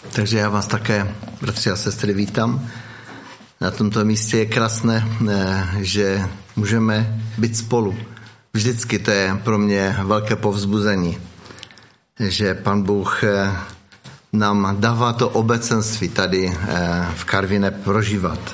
Takže já vás také, bratři a sestry, vítám. Na tomto místě je krásné, že můžeme být spolu. Vždycky to je pro mě velké povzbuzení, že Pan Bůh nám dává to obecenství tady v Karviné prožívat.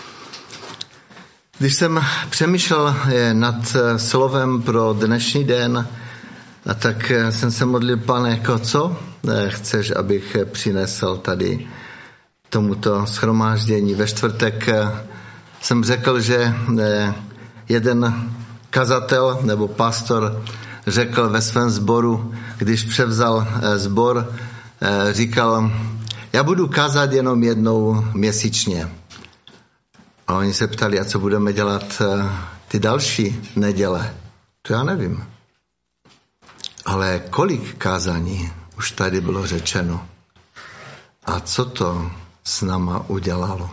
Když jsem přemýšlel nad slovem pro dnešní den, tak jsem se modlil, Pane, jako co chceš, abych přinesl tady tomuto shromáždění. Ve čtvrtek jsem řekl, že jeden kazatel nebo pastor řekl ve svém sboru, když převzal sbor, říkal, já budu kázat jenom jednou měsíčně. A oni se ptali, a co budeme dělat ty další neděle? To já nevím. Ale kolik kázání už tady bylo řečeno? A co to s náma udělalo?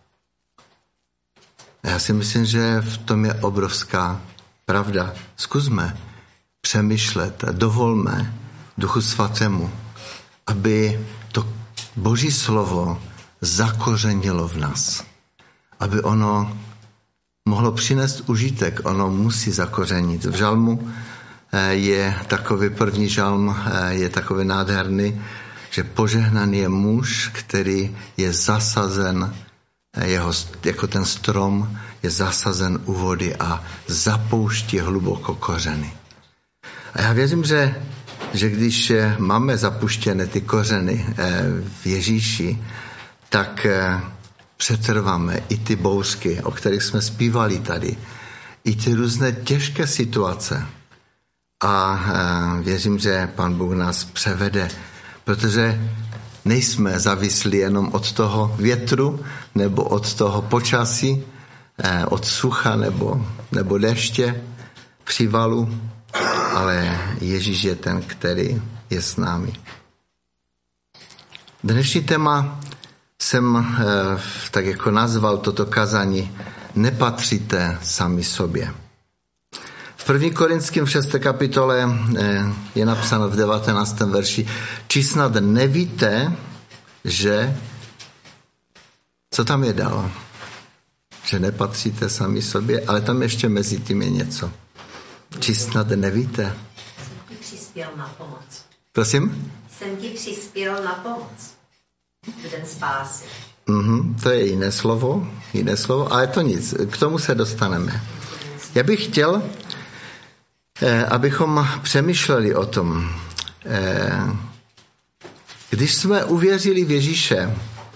Já si myslím, že v tom je obrovská pravda. Zkusme přemýšlet a dovolme Duchu Svatému, aby to Boží slovo zakořenilo v nás. Aby ono mohlo přinést užitek, ono musí zakořenit. V žalmu je takový první žalm, je takový nádherný, že požehnaný je muž, který je zasazen, jako ten strom, je zasazen u vody a zapouští hluboko kořeny. A já věřím, že když máme zapuštěné ty kořeny v Ježíši, tak přetrváme i ty bouřky, o kterých jsme zpívali tady, i ty různé těžké situace. A věřím, že Pan Bůh nás převede, protože nejsme závislí jenom od toho větru nebo od toho počasí, od sucha nebo deště, přívalu, ale Ježíš je ten, který je s námi. Dnešní téma jsem tak jako nazval toto kazání Nepatříte sami sobě. V 1. Korinským 6. kapitole je napsáno v 19. verši, či snad nevíte, že, co tam je dál? Že nepatříte sami sobě, ale tam ještě mezi tím je něco. Či snad nevíte? Jsem ti přispěl na pomoc. Prosím? Jsem ti přispěl na pomoc. V den spásy. To je jiné slovo, ale to nic. K tomu se dostaneme. Já bych chtěl, abychom přemýšleli o tom. Když jsme uvěřili v Ježíše,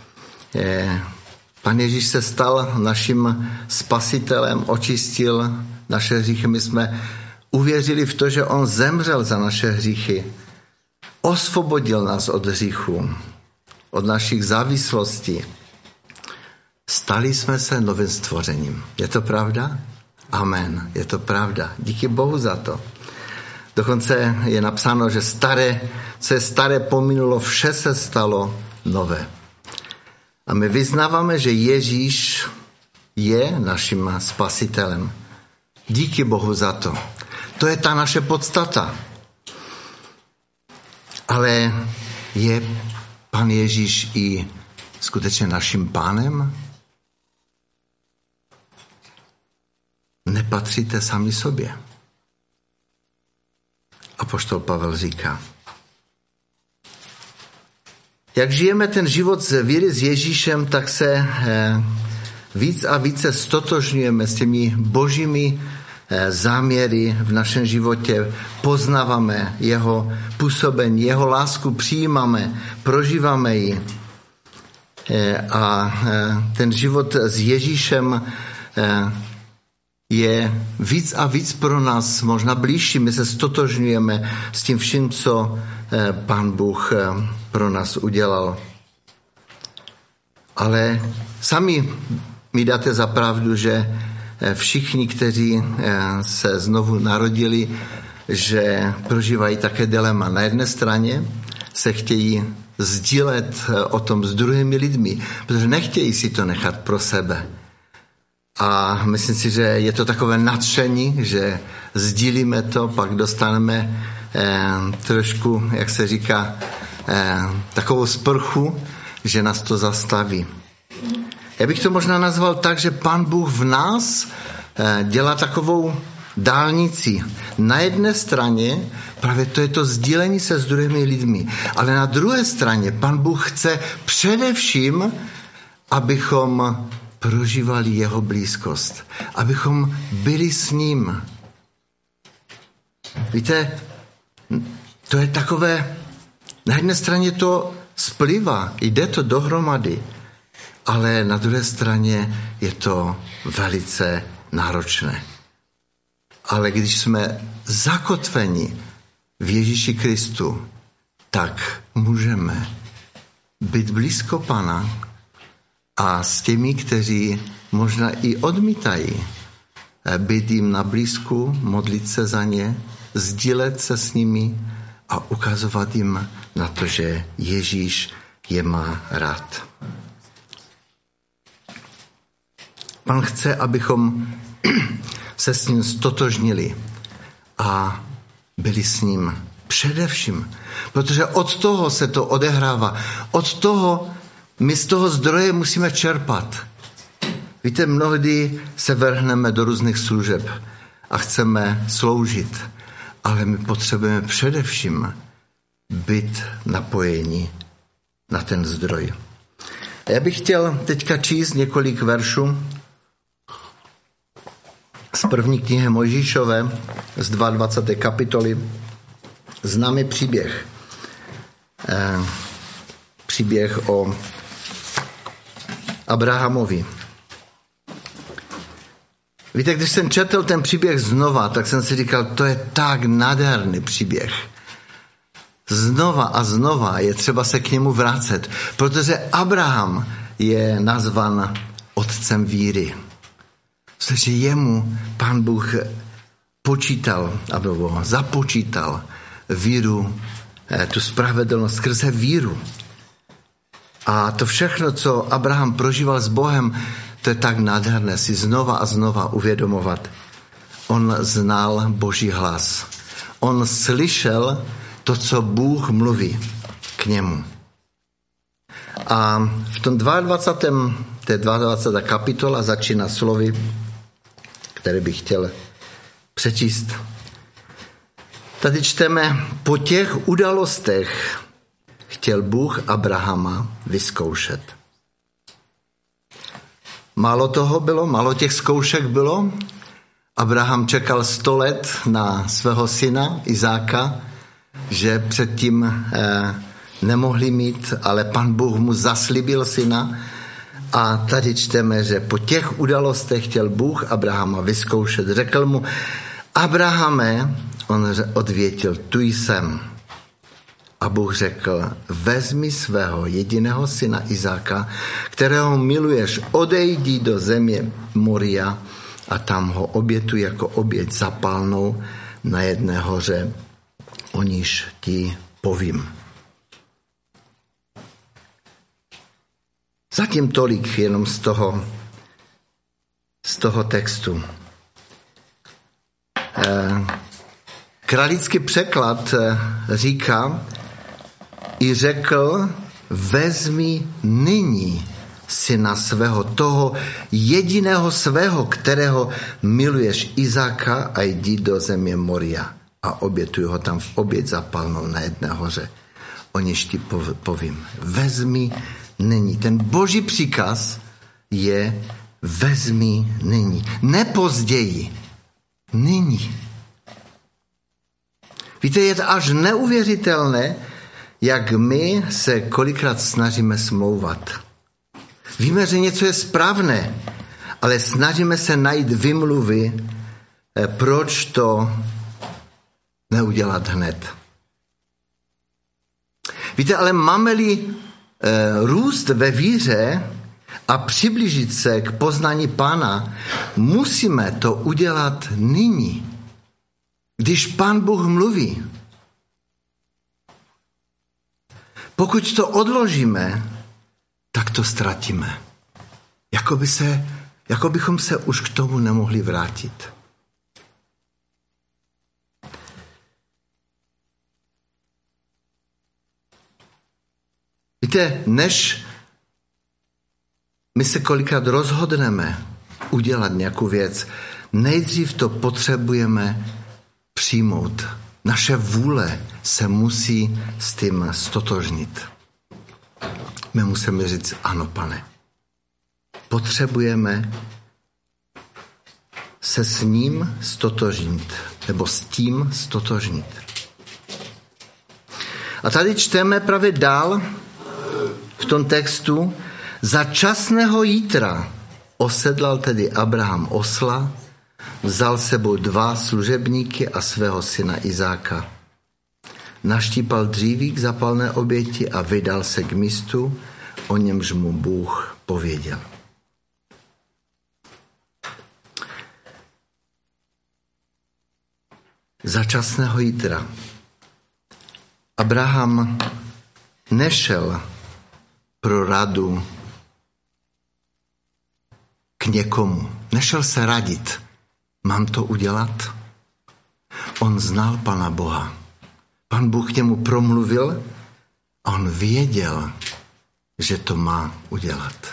Pan Ježíš se stal naším spasitelem, očistil naše hříchy. My jsme uvěřili v to, že on zemřel za naše hříchy. Osvobodil nás od hříchu, od našich závislostí. Stali jsme se novým stvořením. Je to pravda? Amen. Je to pravda. Díky Bohu za to. Dokonce je napsáno, že co je staré pominulo, vše se stalo nové. A my vyznáváme, že Ježíš je naším spasitelem. Díky Bohu za to. To je ta naše podstata. Ale je Pan Ježíš i skutečně naším pánem? Nepatříte sami sobě. Apoštol Pavel říká. Jak žijeme ten život z víry s Ježíšem, tak se víc a více stotožňujeme s těmi božími záměry v našem životě. Poznáváme jeho působení, jeho lásku přijímáme, prožíváme ji. A ten život s Ježíšem je víc a víc pro nás možná blížší. My se stotožňujeme s tím vším, co Pán Bůh pro nás udělal. Ale sami mi dáte za pravdu, že všichni, kteří se znovu narodili, že prožívají také dilema. Na jedné straně se chtějí sdílet o tom s druhými lidmi, protože nechtějí si to nechat pro sebe. A myslím si, že je to takové nadšení, že sdílíme to, pak dostaneme trošku, jak se říká, takovou sprchu, že nás to zastaví. Já bych to možná nazval tak, že Pán Bůh v nás dělá takovou dálnici. Na jedné straně právě to je to sdílení se s druhými lidmi, ale na druhé straně Pán Bůh chce především, abychom prožívali jeho blízkost, abychom byli s ním. Víte, to je takové, na jedné straně to splývá, jde to dohromady, ale na druhé straně je to velice náročné. Ale když jsme zakotveni v Ježíši Kristu, tak můžeme být blízko Pana a s těmi, kteří možná i odmítají, být jim na blízku, modlit se za ně, sdílet se s nimi a ukazovat jim na to, že Ježíš je má rád. Pan chce, abychom se s ním stotožnili a byli s ním především, protože od toho se to odehrává, my z toho zdroje musíme čerpat. Víte, mnohdy se vrhneme do různých služeb a chceme sloužit, ale my potřebujeme především být napojeni na ten zdroj. A já bych chtěl teďka číst několik veršů z první knihy Mojžíšové, z 22. kapitoly, známý příběh. Příběh o Abrahamovi. Víte, když jsem četl ten příběh znova, tak jsem si říkal, to je tak nádherný příběh. Znova a znova je třeba se k němu vracet, protože Abraham je nazvan otcem víry. Protože jemu Pán Bůh počítal, nebo započítal víru, tu spravedlnost skrze víru. A to všechno, co Abraham prožíval s Bohem, to je tak nádherné si znova a znova uvědomovat. On znal Boží hlas. On slyšel to, co Bůh mluví k němu. A v tom 22. kapitola začíná slovy, které bych chtěl přečíst. Tady čteme, po těch událostech chtěl Bůh Abrahama vyzkoušet. Málo těch zkoušek bylo. Abraham čekal 100 let na svého syna Izáka, že předtím nemohli mít, ale Pan Bůh mu zaslíbil syna. A tady čteme, že po těch událostech chtěl Bůh Abrahama vyzkoušet. Řekl mu, Abrahame, on odvětil, tu jsem. A Bůh řekl, vezmi svého jediného syna Izáka, kterého miluješ, odejdi do země Moria a tam ho obětuj jako oběť zapálnou na jedné hoře, o níž ti povím. Zatím tolik jenom z toho textu. Kralický překlad říká, i řekl, vezmi nyní syna svého, toho jediného svého, kterého miluješ, Izáka, a jdi do země Moria a obětuj ho tam v oběť zapálnou na jedné hoře. O níž ti povím. Vezmi nyní. Ten Boží příkaz je vezmi nyní. Ne později. Nyní. Víte, je to až neuvěřitelné, jak my se kolikrát snažíme smlouvat. Víme, že něco je správné, ale snažíme se najít vymluvy, proč to neudělat hned. Víte, ale máme-li růst ve víře a přiblížit se k poznání Pána, musíme to udělat nyní. Když Pán Bůh mluví. Pokud to odložíme, tak to ztratíme. Jako bychom se už k tomu nemohli vrátit. Víte, než my se kolikrát rozhodneme udělat nějakou věc, nejdřív to potřebujeme přijmout. Naše vůle se musí s tím stotožnit. My musíme říct, ano, Pane. Potřebujeme se s ním stotožnit, nebo s tím stotožnit. A tady čteme právě dál v tom textu, za časného jítra osedlal tedy Abraham osla, vzal sebou 2 služebníky a svého syna Izáka. Naštípal dříví k zapalné oběti a vydal se k místu, o němž mu Bůh pověděl. Za časného jítra. Abraham nešel pro radu k někomu. Nešel se radit. Mám to udělat? On znal Pana Boha. Pan Bůh k němu promluvil a on věděl, že to má udělat.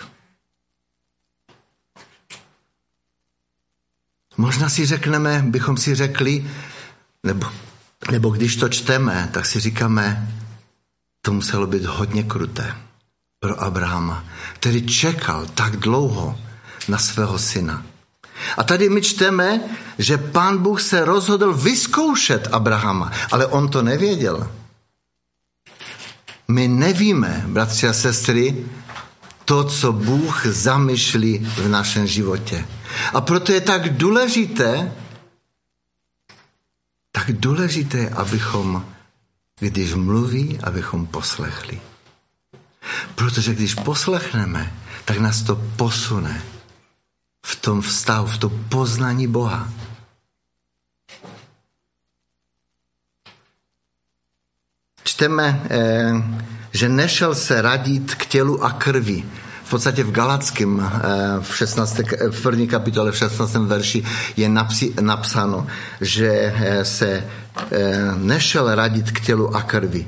Možná si řekneme, bychom si řekli, nebo když to čteme, tak si říkáme, to muselo být hodně kruté pro Abrahama, který čekal tak dlouho na svého syna. A tady my čteme, že Pán Bůh se rozhodl vyzkoušet Abrahama, ale on to nevěděl. My nevíme, bratři a sestry, to, co Bůh zamýšlí v našem životě. A proto je tak důležité, abychom, když mluví, abychom poslechli. Protože když poslechneme, tak nás to posune v tom vztahu, v tom poznání Boha. Čteme, že nešel se radit k tělu a krvi. V podstatě v Galackém, v 1. kapitole, v 16. verši je napsáno, že se nešel radit k tělu a krvi,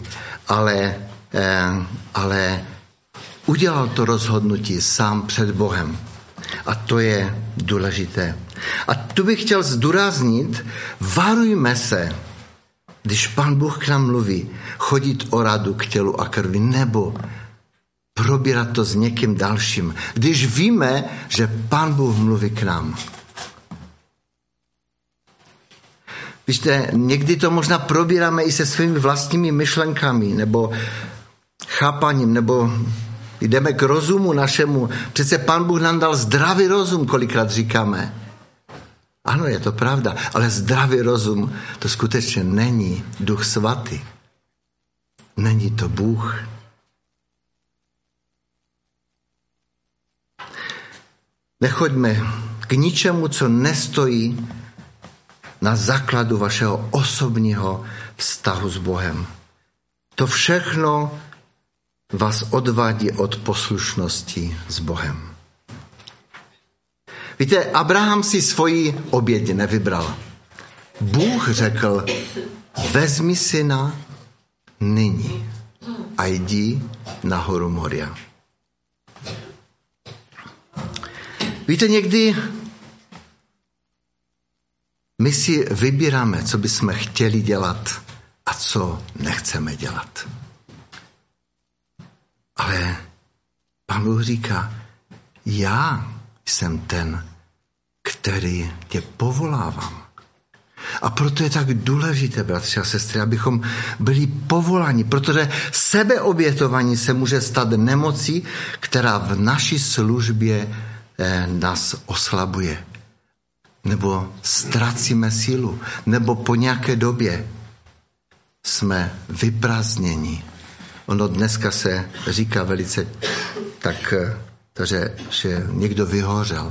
ale udělal to rozhodnutí sám před Bohem. A to je důležité. A tu bych chtěl zdůraznit, varujme se, když Pán Bůh k nám mluví, chodit o radu k tělu a krvi, nebo probírat to s někým dalším, když víme, že Pán Bůh mluví k nám. Víte, někdy to možná probíráme i se svými vlastními myšlenkami, nebo chápaním, nebo jdeme k rozumu našemu. Přece Pán Bůh nám dal zdravý rozum, kolikrát říkáme. Ano, je to pravda, ale zdravý rozum to skutečně není Duch Svatý. Není to Bůh. Nechoďme k ničemu, co nestojí na základu vašeho osobního vztahu s Bohem. To všechno vás odvádí od poslušnosti s Bohem. Víte, Abraham si svoji oběť nevybral. Bůh řekl, vezmi syna nyní a jdi na horu Moria. Víte, někdy my si vybíráme, co bychom chtěli dělat a co nechceme dělat. Ale Pán Bůh říká, já jsem ten, který tě povolávám. A proto je tak důležité, bratři a sestry, abychom byli povoláni, protože sebeobětování se může stát nemocí, která v naší službě nás oslabuje. Nebo ztrácíme sílu, nebo po nějaké době jsme vyprázdněni. Ono dneska se říká velice tak, že někdo vyhořel.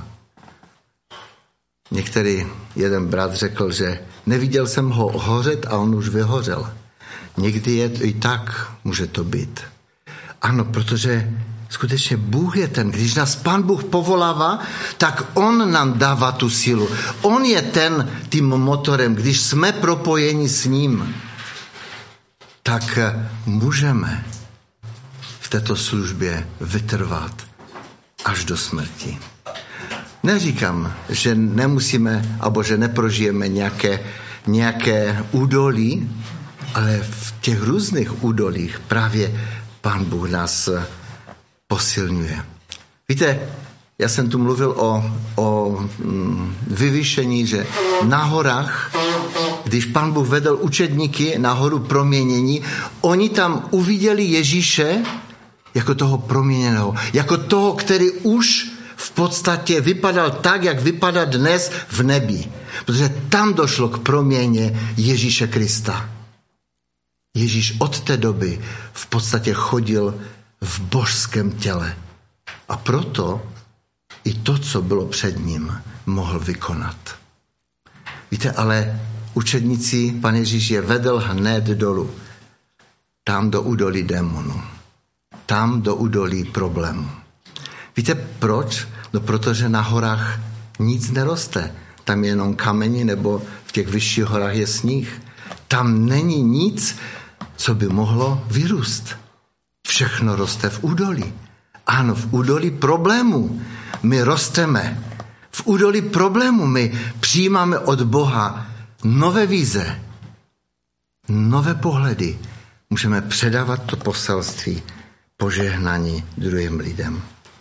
Některý jeden brat řekl, že neviděl jsem ho hořet a on už vyhořel. Někdy je i tak, může to být. Ano, protože skutečně Bůh je ten, když nás Pán Bůh povolává, tak on nám dává tu sílu. On je tím motorem, když jsme propojeni s ním, tak můžeme v této službě vytrvat až do smrti. Neříkám, že nemusíme, nebo že neprožijeme nějaké údolí, ale v těch různých údolích právě Pán Bůh nás posilňuje. Víte, já jsem tu mluvil o vyvýšení, že na horách, když Pán Bůh vedl učedníky na horu proměnění, oni tam uviděli Ježíše jako toho proměněného, jako toho, který už v podstatě vypadal tak, jak vypadá dnes v nebi. Protože tam došlo k proměně Ježíše Krista. Ježíš od té doby v podstatě chodil v božském těle. A proto i to, co bylo před ním, mohl vykonat. Víte, ale učedníci Pan Ježíš je vedl hned dolů. Tam do údolí démonů. Tam do údolí problémů. Víte proč? No protože na horách nic neroste. Tam je jenom kameni, nebo v těch vyšších horách je sníh. Tam není nic, co by mohlo vyrůst. Všechno roste v údolí. Ano, v údolí problémů my rosteme. V údolí problémů my přijímáme od Boha nové vize, nové pohledy. Můžeme předávat to poselství požehnání druhým lidem.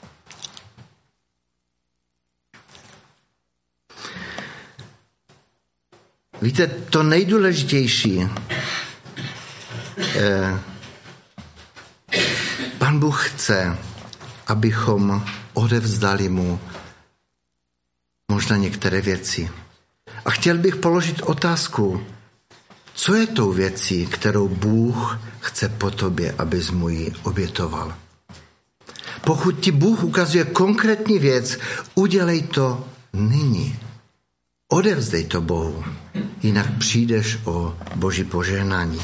Víte, to nejdůležitější, Pán Bůh chce, abychom odevzdali mu možná některé věci. A chtěl bych položit otázku, co je tou věcí, kterou Bůh chce po tobě, abys mu ji obětoval. Pokud ti Bůh ukazuje konkrétní věc, udělej to nyní. Odevzdej to Bohu, jinak přijdeš o Boží požehnání.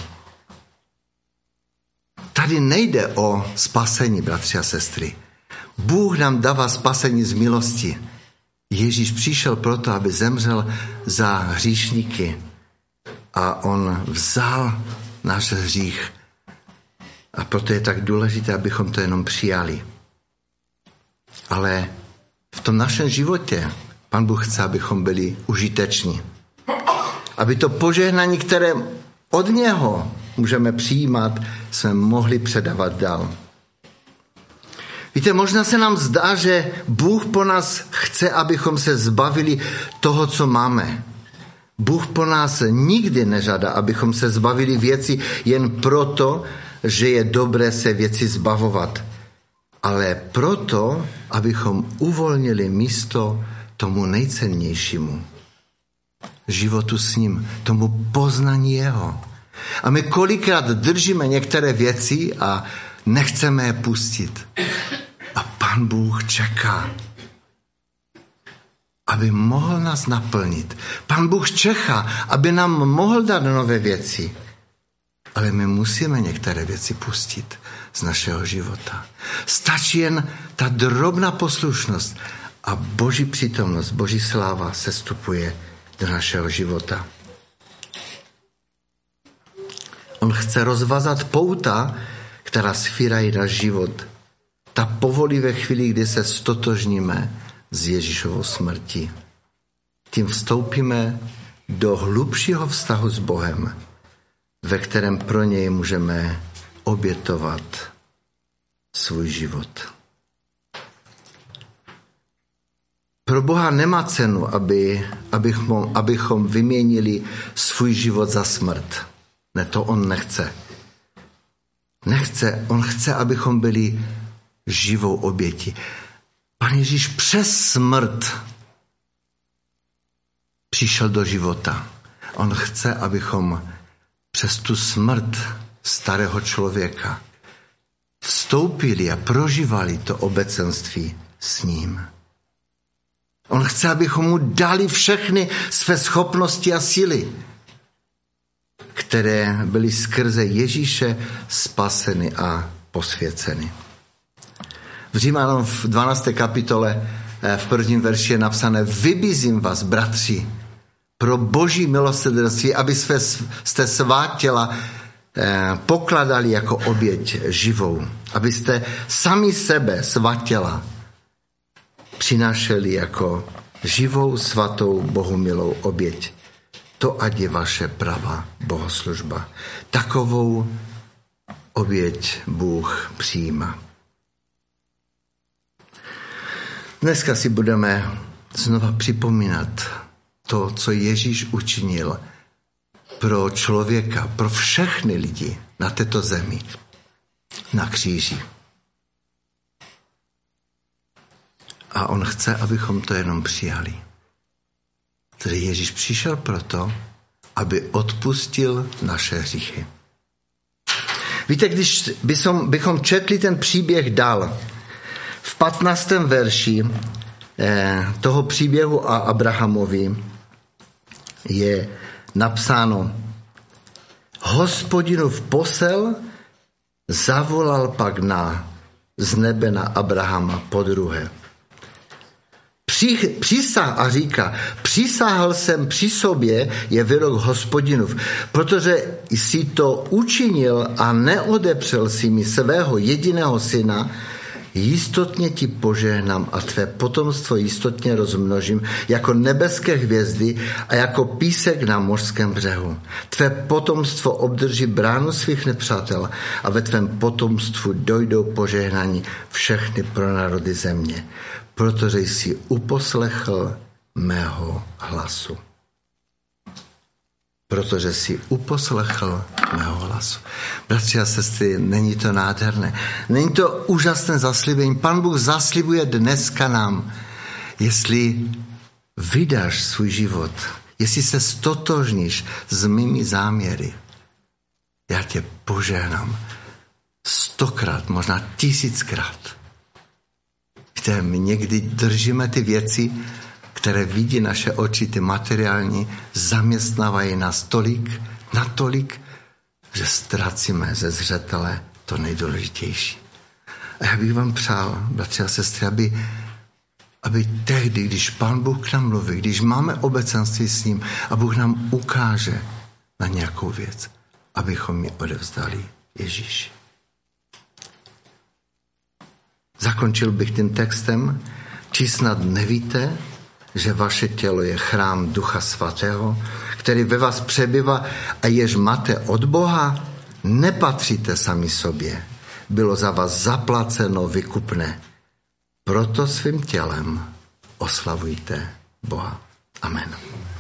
Tady nejde o spasení, bratři a sestry. Bůh nám dává spasení z milosti. Ježíš přišel proto, aby zemřel za hříšníky a on vzal náš hřích. A proto je tak důležité, abychom to jenom přijali. Ale v tom našem životě Pán Bůh chce, abychom byli užiteční. Aby to požehnání, které od něho můžeme přijímat, jsme mohli předávat dál. Víte, možná se nám zdá, že Bůh po nás chce, abychom se zbavili toho, co máme. Bůh po nás nikdy nežádá, abychom se zbavili věcí jen proto, že je dobré se věci zbavovat. Ale proto, abychom uvolnili místo tomu nejcennějšímu. Životu s ním, tomu poznání jeho. A my kolikrát držíme některé věci a nechceme je pustit. A Pán Bůh čeká, aby mohl nás naplnit. Pán Bůh čeká, aby nám mohl dát nové věci. Ale my musíme některé věci pustit z našeho života. Stačí jen ta drobná poslušnost a Boží přítomnost, Boží sláva sestupuje do našeho života. On chce rozvázat pouta, která svírají náš život. Ta povolí ve chvíli, kdy se stotožníme s Ježíšovou smrtí. Tím vstoupíme do hlubšího vztahu s Bohem, ve kterém pro něj můžeme obětovat svůj život. Pro Boha nemá cenu, abychom vyměnili svůj život za smrt. Ne, to on nechce. On chce, abychom byli živou oběti. Pan Ježíš přes smrt přišel do života. On chce, abychom přes tu smrt starého člověka vstoupili a prožívali to obecenství s ním. On chce, abychom mu dali všechny své schopnosti a síly, které byly skrze Ježíše spaseny a posvěceny. V Římanům v 12. kapitole v 1. verši je napsané: vybízím vás, bratři, pro Boží milosrdenství, aby jste svá těla pokladali jako oběť živou. Abyste sami sebe, svá těla, přinášeli jako živou, svatou, bohumilou oběť. To ať je vaše pravá bohoslužba. Takovou oběť Bůh přijímá. Dneska si budeme znova připomínat to, co Ježíš učinil pro člověka, pro všechny lidi na této zemi, na kříži. A on chce, abychom to jenom přijali. Tedy Ježíš přišel proto, aby odpustil naše hříchy. Víte, když bychom četli ten příběh dál, v 15. verši toho příběhu o Abrahamovi je napsáno: Hospodinův posel zavolal pak z nebe na Abrahama podruhé. A říká, přisáhl jsem při sobě, je výrok Hospodinův, protože jsi to učinil a neodepřel si mi svého jediného syna, jistotně ti požehnám a tvé potomstvo jistotně rozmnožím jako nebeské hvězdy a jako písek na mořském břehu. Tvé potomstvo obdrží bránu svých nepřátel a ve tvém potomstvu dojdou požehnání všechny pronárody země, protože jsi uposlechl mého hlasu. Protože jsi uposlechl mého hlasu. Bratři a sestry, není to nádherné? Není to úžasné zaslíbení? Pan Bůh zaslibuje dneska nám, jestli vydáš svůj život, jestli se stotožníš s mými záměry, já tě požehnám 100krát, možná 1000krát. Víte, my někdy držíme ty věci, které vidí naše oči, ty materiální, zaměstnávají nás natolik, že ztracíme ze zřetele to nejdůležitější. A já bych vám přál, bratři a sestry, aby tehdy, když Pán Bůh k nám mluví, když máme obecenství s ním a Bůh nám ukáže na nějakou věc, abychom ji odevzdali Ježíši. Zakončil bych tím textem: či snad nevíte, že vaše tělo je chrám Ducha Svatého, který ve vás přebývá a jež máte od Boha? Nepatříte sami sobě. Bylo za vás zaplaceno vykupné. Proto svým tělem oslavujte Boha. Amen.